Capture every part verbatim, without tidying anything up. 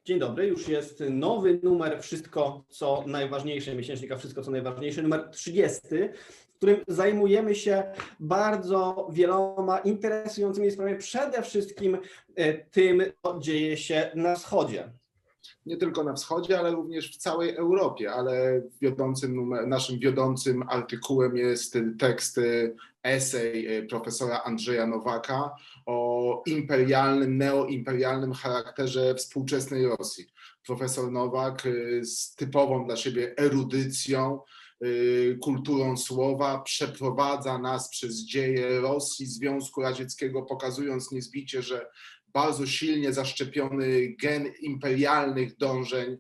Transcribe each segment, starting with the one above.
Dzień dobry, już jest nowy numer Wszystko co najważniejsze, miesięcznika Wszystko co najważniejsze, numer trzydziesty, w którym zajmujemy się bardzo wieloma interesującymi sprawami, przede wszystkim tym, co dzieje się na wschodzie. Nie tylko na wschodzie, ale również w całej Europie, ale wiodącym numer, naszym wiodącym artykułem jest tekst, esej profesora Andrzeja Nowaka o imperialnym, neoimperialnym charakterze współczesnej Rosji. Profesor Nowak z typową dla siebie erudycją, kulturą słowa przeprowadza nas przez dzieje Rosji, Związku Radzieckiego, pokazując niezbicie, że bardzo silnie zaszczepiony gen imperialnych dążeń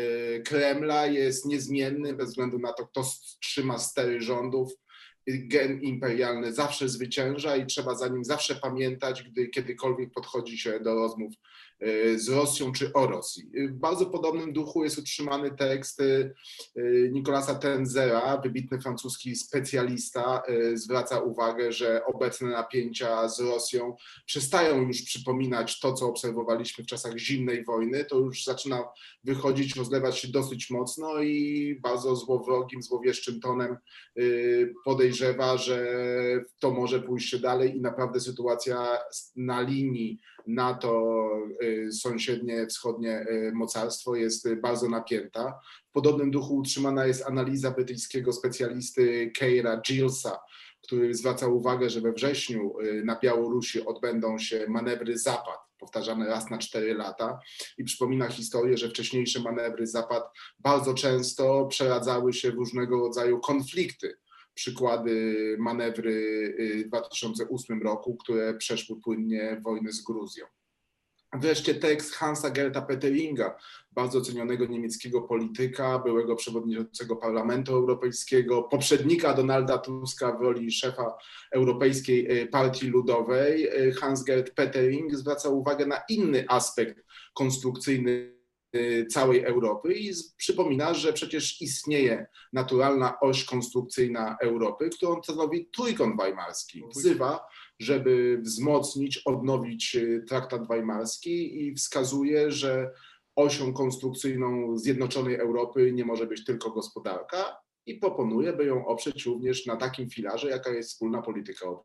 Kremla jest niezmienny bez względu na to, kto trzyma stery rządów. Gen imperialny zawsze zwycięża i trzeba za nim zawsze pamiętać, gdy kiedykolwiek podchodzi się do rozmów z Rosją czy o Rosji. W bardzo podobnym duchu jest utrzymany tekst Nicolasa Tenzera, wybitny francuski specjalista, zwraca uwagę, że obecne napięcia z Rosją przestają już przypominać to, co obserwowaliśmy w czasach zimnej wojny. To już zaczyna wychodzić, rozlewać się dosyć mocno i bardzo złowrogim, złowieszczym tonem podejrzewa, że to może pójść się dalej i naprawdę sytuacja na linii NATO, sąsiednie wschodnie mocarstwo jest bardzo napięta. W podobnym duchu utrzymana jest analiza brytyjskiego specjalisty Keira Gillesa, który zwraca uwagę, że we wrześniu na Białorusi odbędą się manewry Zapad, powtarzane raz na cztery lata, i przypomina historię, że wcześniejsze manewry Zapad bardzo często przeradzały się w różnego rodzaju konflikty. Przykłady manewry w dwa tysiące ósmym roku, które przeszły płynnie wojnę z Gruzją. Wreszcie tekst Hansa Gerta Pötteringa, bardzo cenionego niemieckiego polityka, byłego przewodniczącego Parlamentu Europejskiego, poprzednika Donalda Tuska w roli szefa Europejskiej Partii Ludowej. Hans-Gert Pöttering zwraca uwagę na inny aspekt konstrukcyjny całej Europy i przypomina, że przecież istnieje naturalna oś konstrukcyjna Europy, którą stanowi Trójkąt Weimarski. Wzywa, żeby wzmocnić, odnowić Traktat Weimarski i wskazuje, że osią konstrukcyjną zjednoczonej Europy nie może być tylko gospodarka i proponuje, by ją oprzeć również na takim filarze, jaka jest wspólna polityka obronna.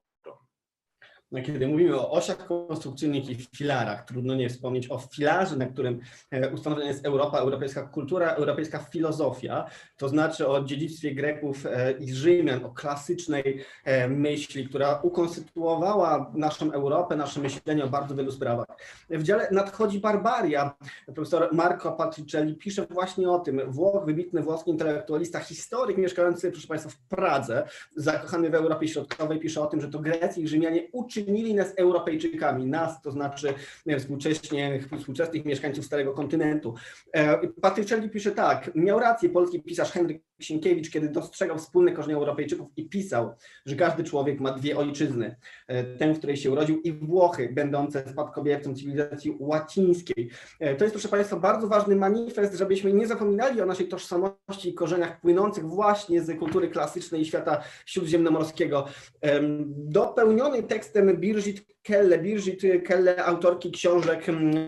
Kiedy mówimy o osiach konstrukcyjnych i filarach, trudno nie wspomnieć o filarze, na którym ustanowiona jest Europa, europejska kultura, europejska filozofia, to znaczy o dziedzictwie Greków i Rzymian, o klasycznej myśli, która ukonstytuowała naszą Europę, nasze myślenie o bardzo wielu sprawach. W dziale Nadchodzi barbaria profesor Marco Patricielli pisze właśnie o tym. Włoch, wybitny włoski intelektualista, historyk mieszkający, proszę Państwa, w Pradze, zakochany w Europie Środkowej, pisze o tym, że to Grecy i Rzymianie uczynili nas Europejczykami, nas, to znaczy współcześnie, współczesnych mieszkańców Starego Kontynentu. Patricielli pisze tak: miał rację polski pisarz Henryk Sienkiewicz, kiedy dostrzegał wspólne korzenie Europejczyków i pisał, że każdy człowiek ma dwie ojczyzny, tę, w której się urodził, i Włochy, będące spadkobiercą cywilizacji łacińskiej. To jest, proszę Państwa, bardzo ważny manifest, żebyśmy nie zapominali o naszej tożsamości i korzeniach płynących właśnie z kultury klasycznej i świata śródziemnomorskiego. Dopełniony tekstem Birgit Kelle, Birgit Kelle, autorki książek,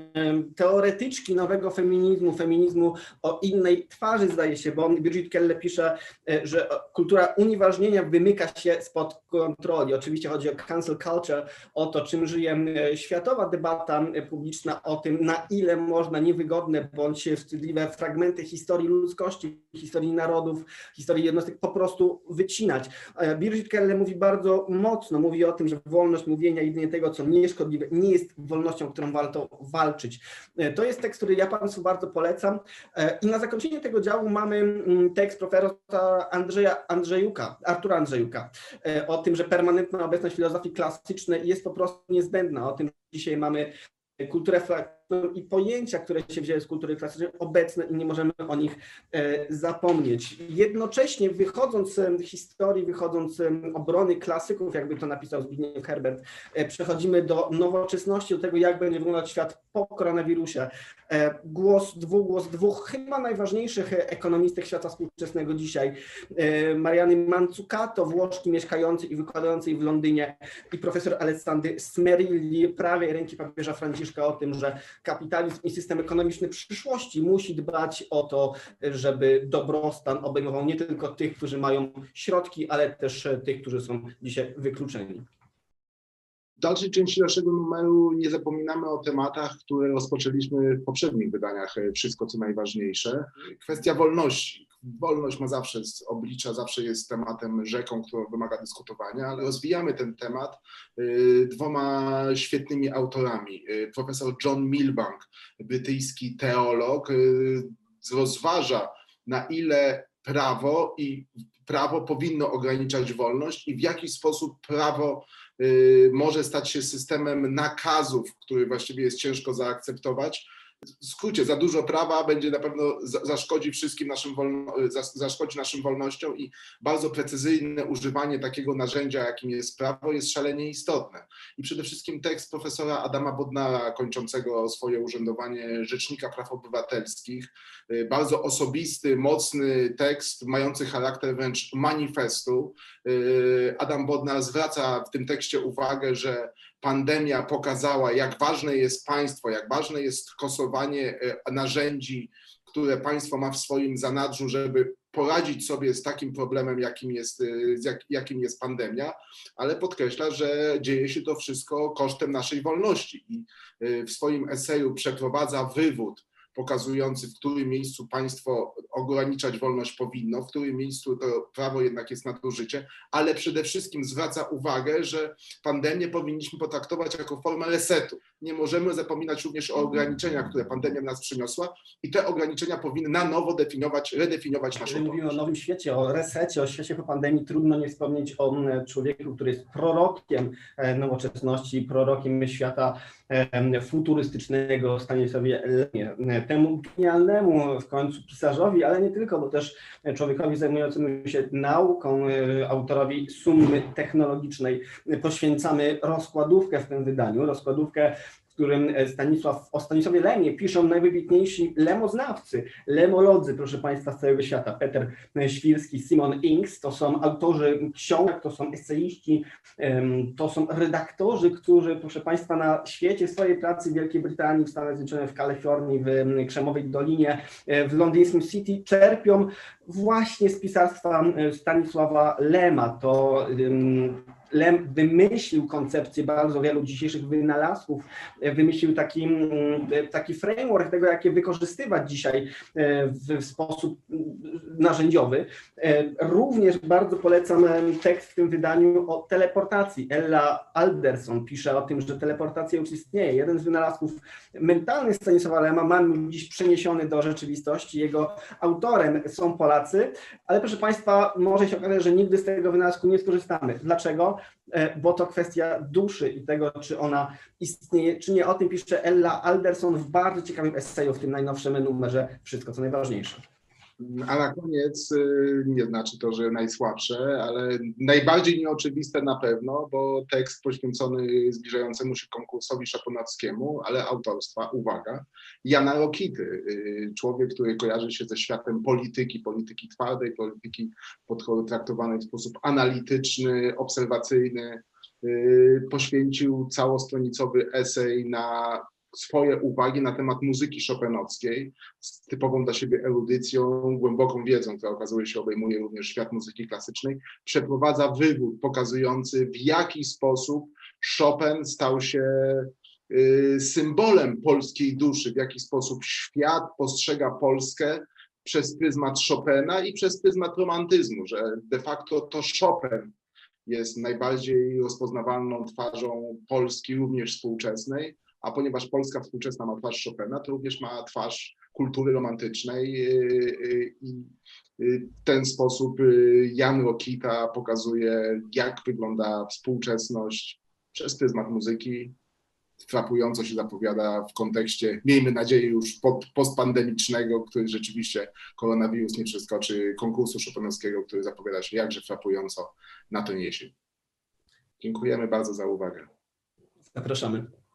teoretyczki nowego feminizmu, feminizmu o innej twarzy, zdaje się, bo Birgit Kelle pisze, że kultura unieważnienia wymyka się spod kontroli. Oczywiście chodzi o cancel culture, o to, czym żyje światowa debata publiczna, o tym, na ile można niewygodne bądź wstydliwe fragmenty historii ludzkości, historii narodów, historii jednostek po prostu wycinać. Birgit Kelle mówi bardzo mocno, mówi o tym, że wolność mówienia i jedynie tego, co nieszkodliwe, nie jest wolnością, którą warto walczyć. To jest tekst, który ja Państwu bardzo polecam. I na zakończenie tego działu mamy tekst profesora Andrzeja Andrzejuka, Artura Andrzejuka, o tym, że permanentna obecność filozofii klasycznej jest po prostu niezbędna, o tym, że dzisiaj mamy kulturę i pojęcia, które się wzięły z kultury klasycznej, obecne i nie możemy o nich zapomnieć. Jednocześnie wychodząc z historii, wychodząc z obrony klasyków, jakby to napisał Zbigniew Herbert, przechodzimy do nowoczesności, do tego, jak będzie wyglądać świat po koronawirusie. Głos dwóch, głos dwóch chyba najważniejszych ekonomistek świata współczesnego dzisiaj, Mariany Mazzucato, włoszki mieszkający i wykładającej w Londynie, i profesor Alessandry Smerilli, prawej ręki papieża Franciszka, o tym, że kapitalizm i system ekonomiczny przyszłości musi dbać o to, żeby dobrostan obejmował nie tylko tych, którzy mają środki, ale też tych, którzy są dzisiaj wykluczeni. W dalszej części naszego numeru nie zapominamy o tematach, które rozpoczęliśmy w poprzednich wydaniach, wszystko co najważniejsze. Kwestia wolności. Wolność ma zawsze z oblicza, zawsze jest tematem rzeką, którą wymaga dyskutowania, ale rozwijamy ten temat dwoma świetnymi autorami. Profesor John Milbank, brytyjski teolog, rozważa, na ile prawo i prawo powinno ograniczać wolność i w jaki sposób prawo może stać się systemem nakazów, który właściwie jest ciężko zaakceptować. W skrócie, za dużo prawa będzie na pewno zaszkodzi wszystkim naszym wolno, zaszkodzi naszym wolnościom i bardzo precyzyjne używanie takiego narzędzia, jakim jest prawo, jest szalenie istotne. I przede wszystkim tekst profesora Adama Bodnara, kończącego swoje urzędowanie Rzecznika Praw Obywatelskich, bardzo osobisty, mocny tekst, mający charakter wręcz manifestu. Adam Bodnar zwraca w tym tekście uwagę, że pandemia pokazała, jak ważne jest państwo, jak ważne jest stosowanie narzędzi, które państwo ma w swoim zanadrzu, żeby poradzić sobie z takim problemem, jakim jest, jakim jest pandemia, ale podkreśla, że dzieje się to wszystko kosztem naszej wolności i w swoim eseju przeprowadza wywód pokazujący, w którym miejscu państwo ograniczać wolność powinno, w którym miejscu to prawo jednak jest nadużycie, ale przede wszystkim zwraca uwagę, że pandemię powinniśmy potraktować jako formę resetu. Nie możemy zapominać również o ograniczeniach, które pandemia nas przyniosła i te ograniczenia powinny na nowo definiować, redefiniować naszą wolność. Mówimy o nowym świecie, o resecie, o świecie po pandemii. Trudno nie wspomnieć o człowieku, który jest prorokiem nowoczesności, prorokiem świata futurystycznego, Stanisławie Lemie. Temu genialnemu w końcu pisarzowi, ale nie tylko, bo też człowiekowi zajmującemu się nauką, autorowi Summy Technologicznej poświęcamy rozkładówkę w tym wydaniu, rozkładówkę, w którym Stanisław, o Stanisławie Lemie piszą najwybitniejsi lemoznawcy, lemolodzy, proszę Państwa, z całego świata. Peter Świrski, Simon Inks, to są autorzy książek, to są eseiści, to są redaktorzy, którzy, proszę Państwa, na świecie swojej pracy w Wielkiej Brytanii, w Stanach Zjednoczonych, w Kalifornii, w Krzemowej Dolinie, w londyńskim City czerpią właśnie z pisarstwa Stanisława Lema. To Lem wymyślił koncepcję bardzo wielu dzisiejszych wynalazków, wymyślił taki, taki framework tego, jak je wykorzystywać dzisiaj w sposób narzędziowy. Również bardzo polecam tekst w tym wydaniu o teleportacji. Ella Alderson pisze o tym, że teleportacja już istnieje. Jeden z wynalazków mentalnych Stanisława Lema mamy dziś przeniesiony do rzeczywistości. Jego autorem są Polacy, ale proszę Państwa, może się okazać, że nigdy z tego wynalazku nie skorzystamy. Dlaczego? Bo to kwestia duszy i tego, czy ona istnieje, czy nie. O tym pisze Ella Alderson w bardzo ciekawym eseju w tym najnowszym numerze Wszystko, co najważniejsze. A na koniec, nie znaczy to, że najsłabsze, ale najbardziej nieoczywiste na pewno, bo tekst poświęcony zbliżającemu się konkursowi chopinowskiemu, ale autorstwa, uwaga, Jana Rokity, człowiek, który kojarzy się ze światem polityki, polityki twardej, polityki potraktowanej w sposób analityczny, obserwacyjny, poświęcił całostronicowy esej na swoje uwagi na temat muzyki chopinowskiej z typową dla siebie erudycją, głęboką wiedzą, która okazuje się obejmuje również świat muzyki klasycznej, przeprowadza wywód pokazujący, w jaki sposób Chopin stał się y, symbolem polskiej duszy, w jaki sposób świat postrzega Polskę przez pryzmat Chopina i przez pryzmat romantyzmu, że de facto to Chopin jest najbardziej rozpoznawalną twarzą Polski, również współczesnej, a ponieważ Polska współczesna ma twarz Chopina, to również ma twarz kultury romantycznej i w ten sposób Jan Rokita pokazuje, jak wygląda współczesność przez pryzmat muzyki. Frapująco się zapowiada w kontekście, miejmy nadzieję, już postpandemicznego, który rzeczywiście koronawirus nie przeskoczy, konkursu chopinowskiego, który zapowiada się jakże frapująco na tę jesień. Dziękujemy bardzo za uwagę. Zapraszamy.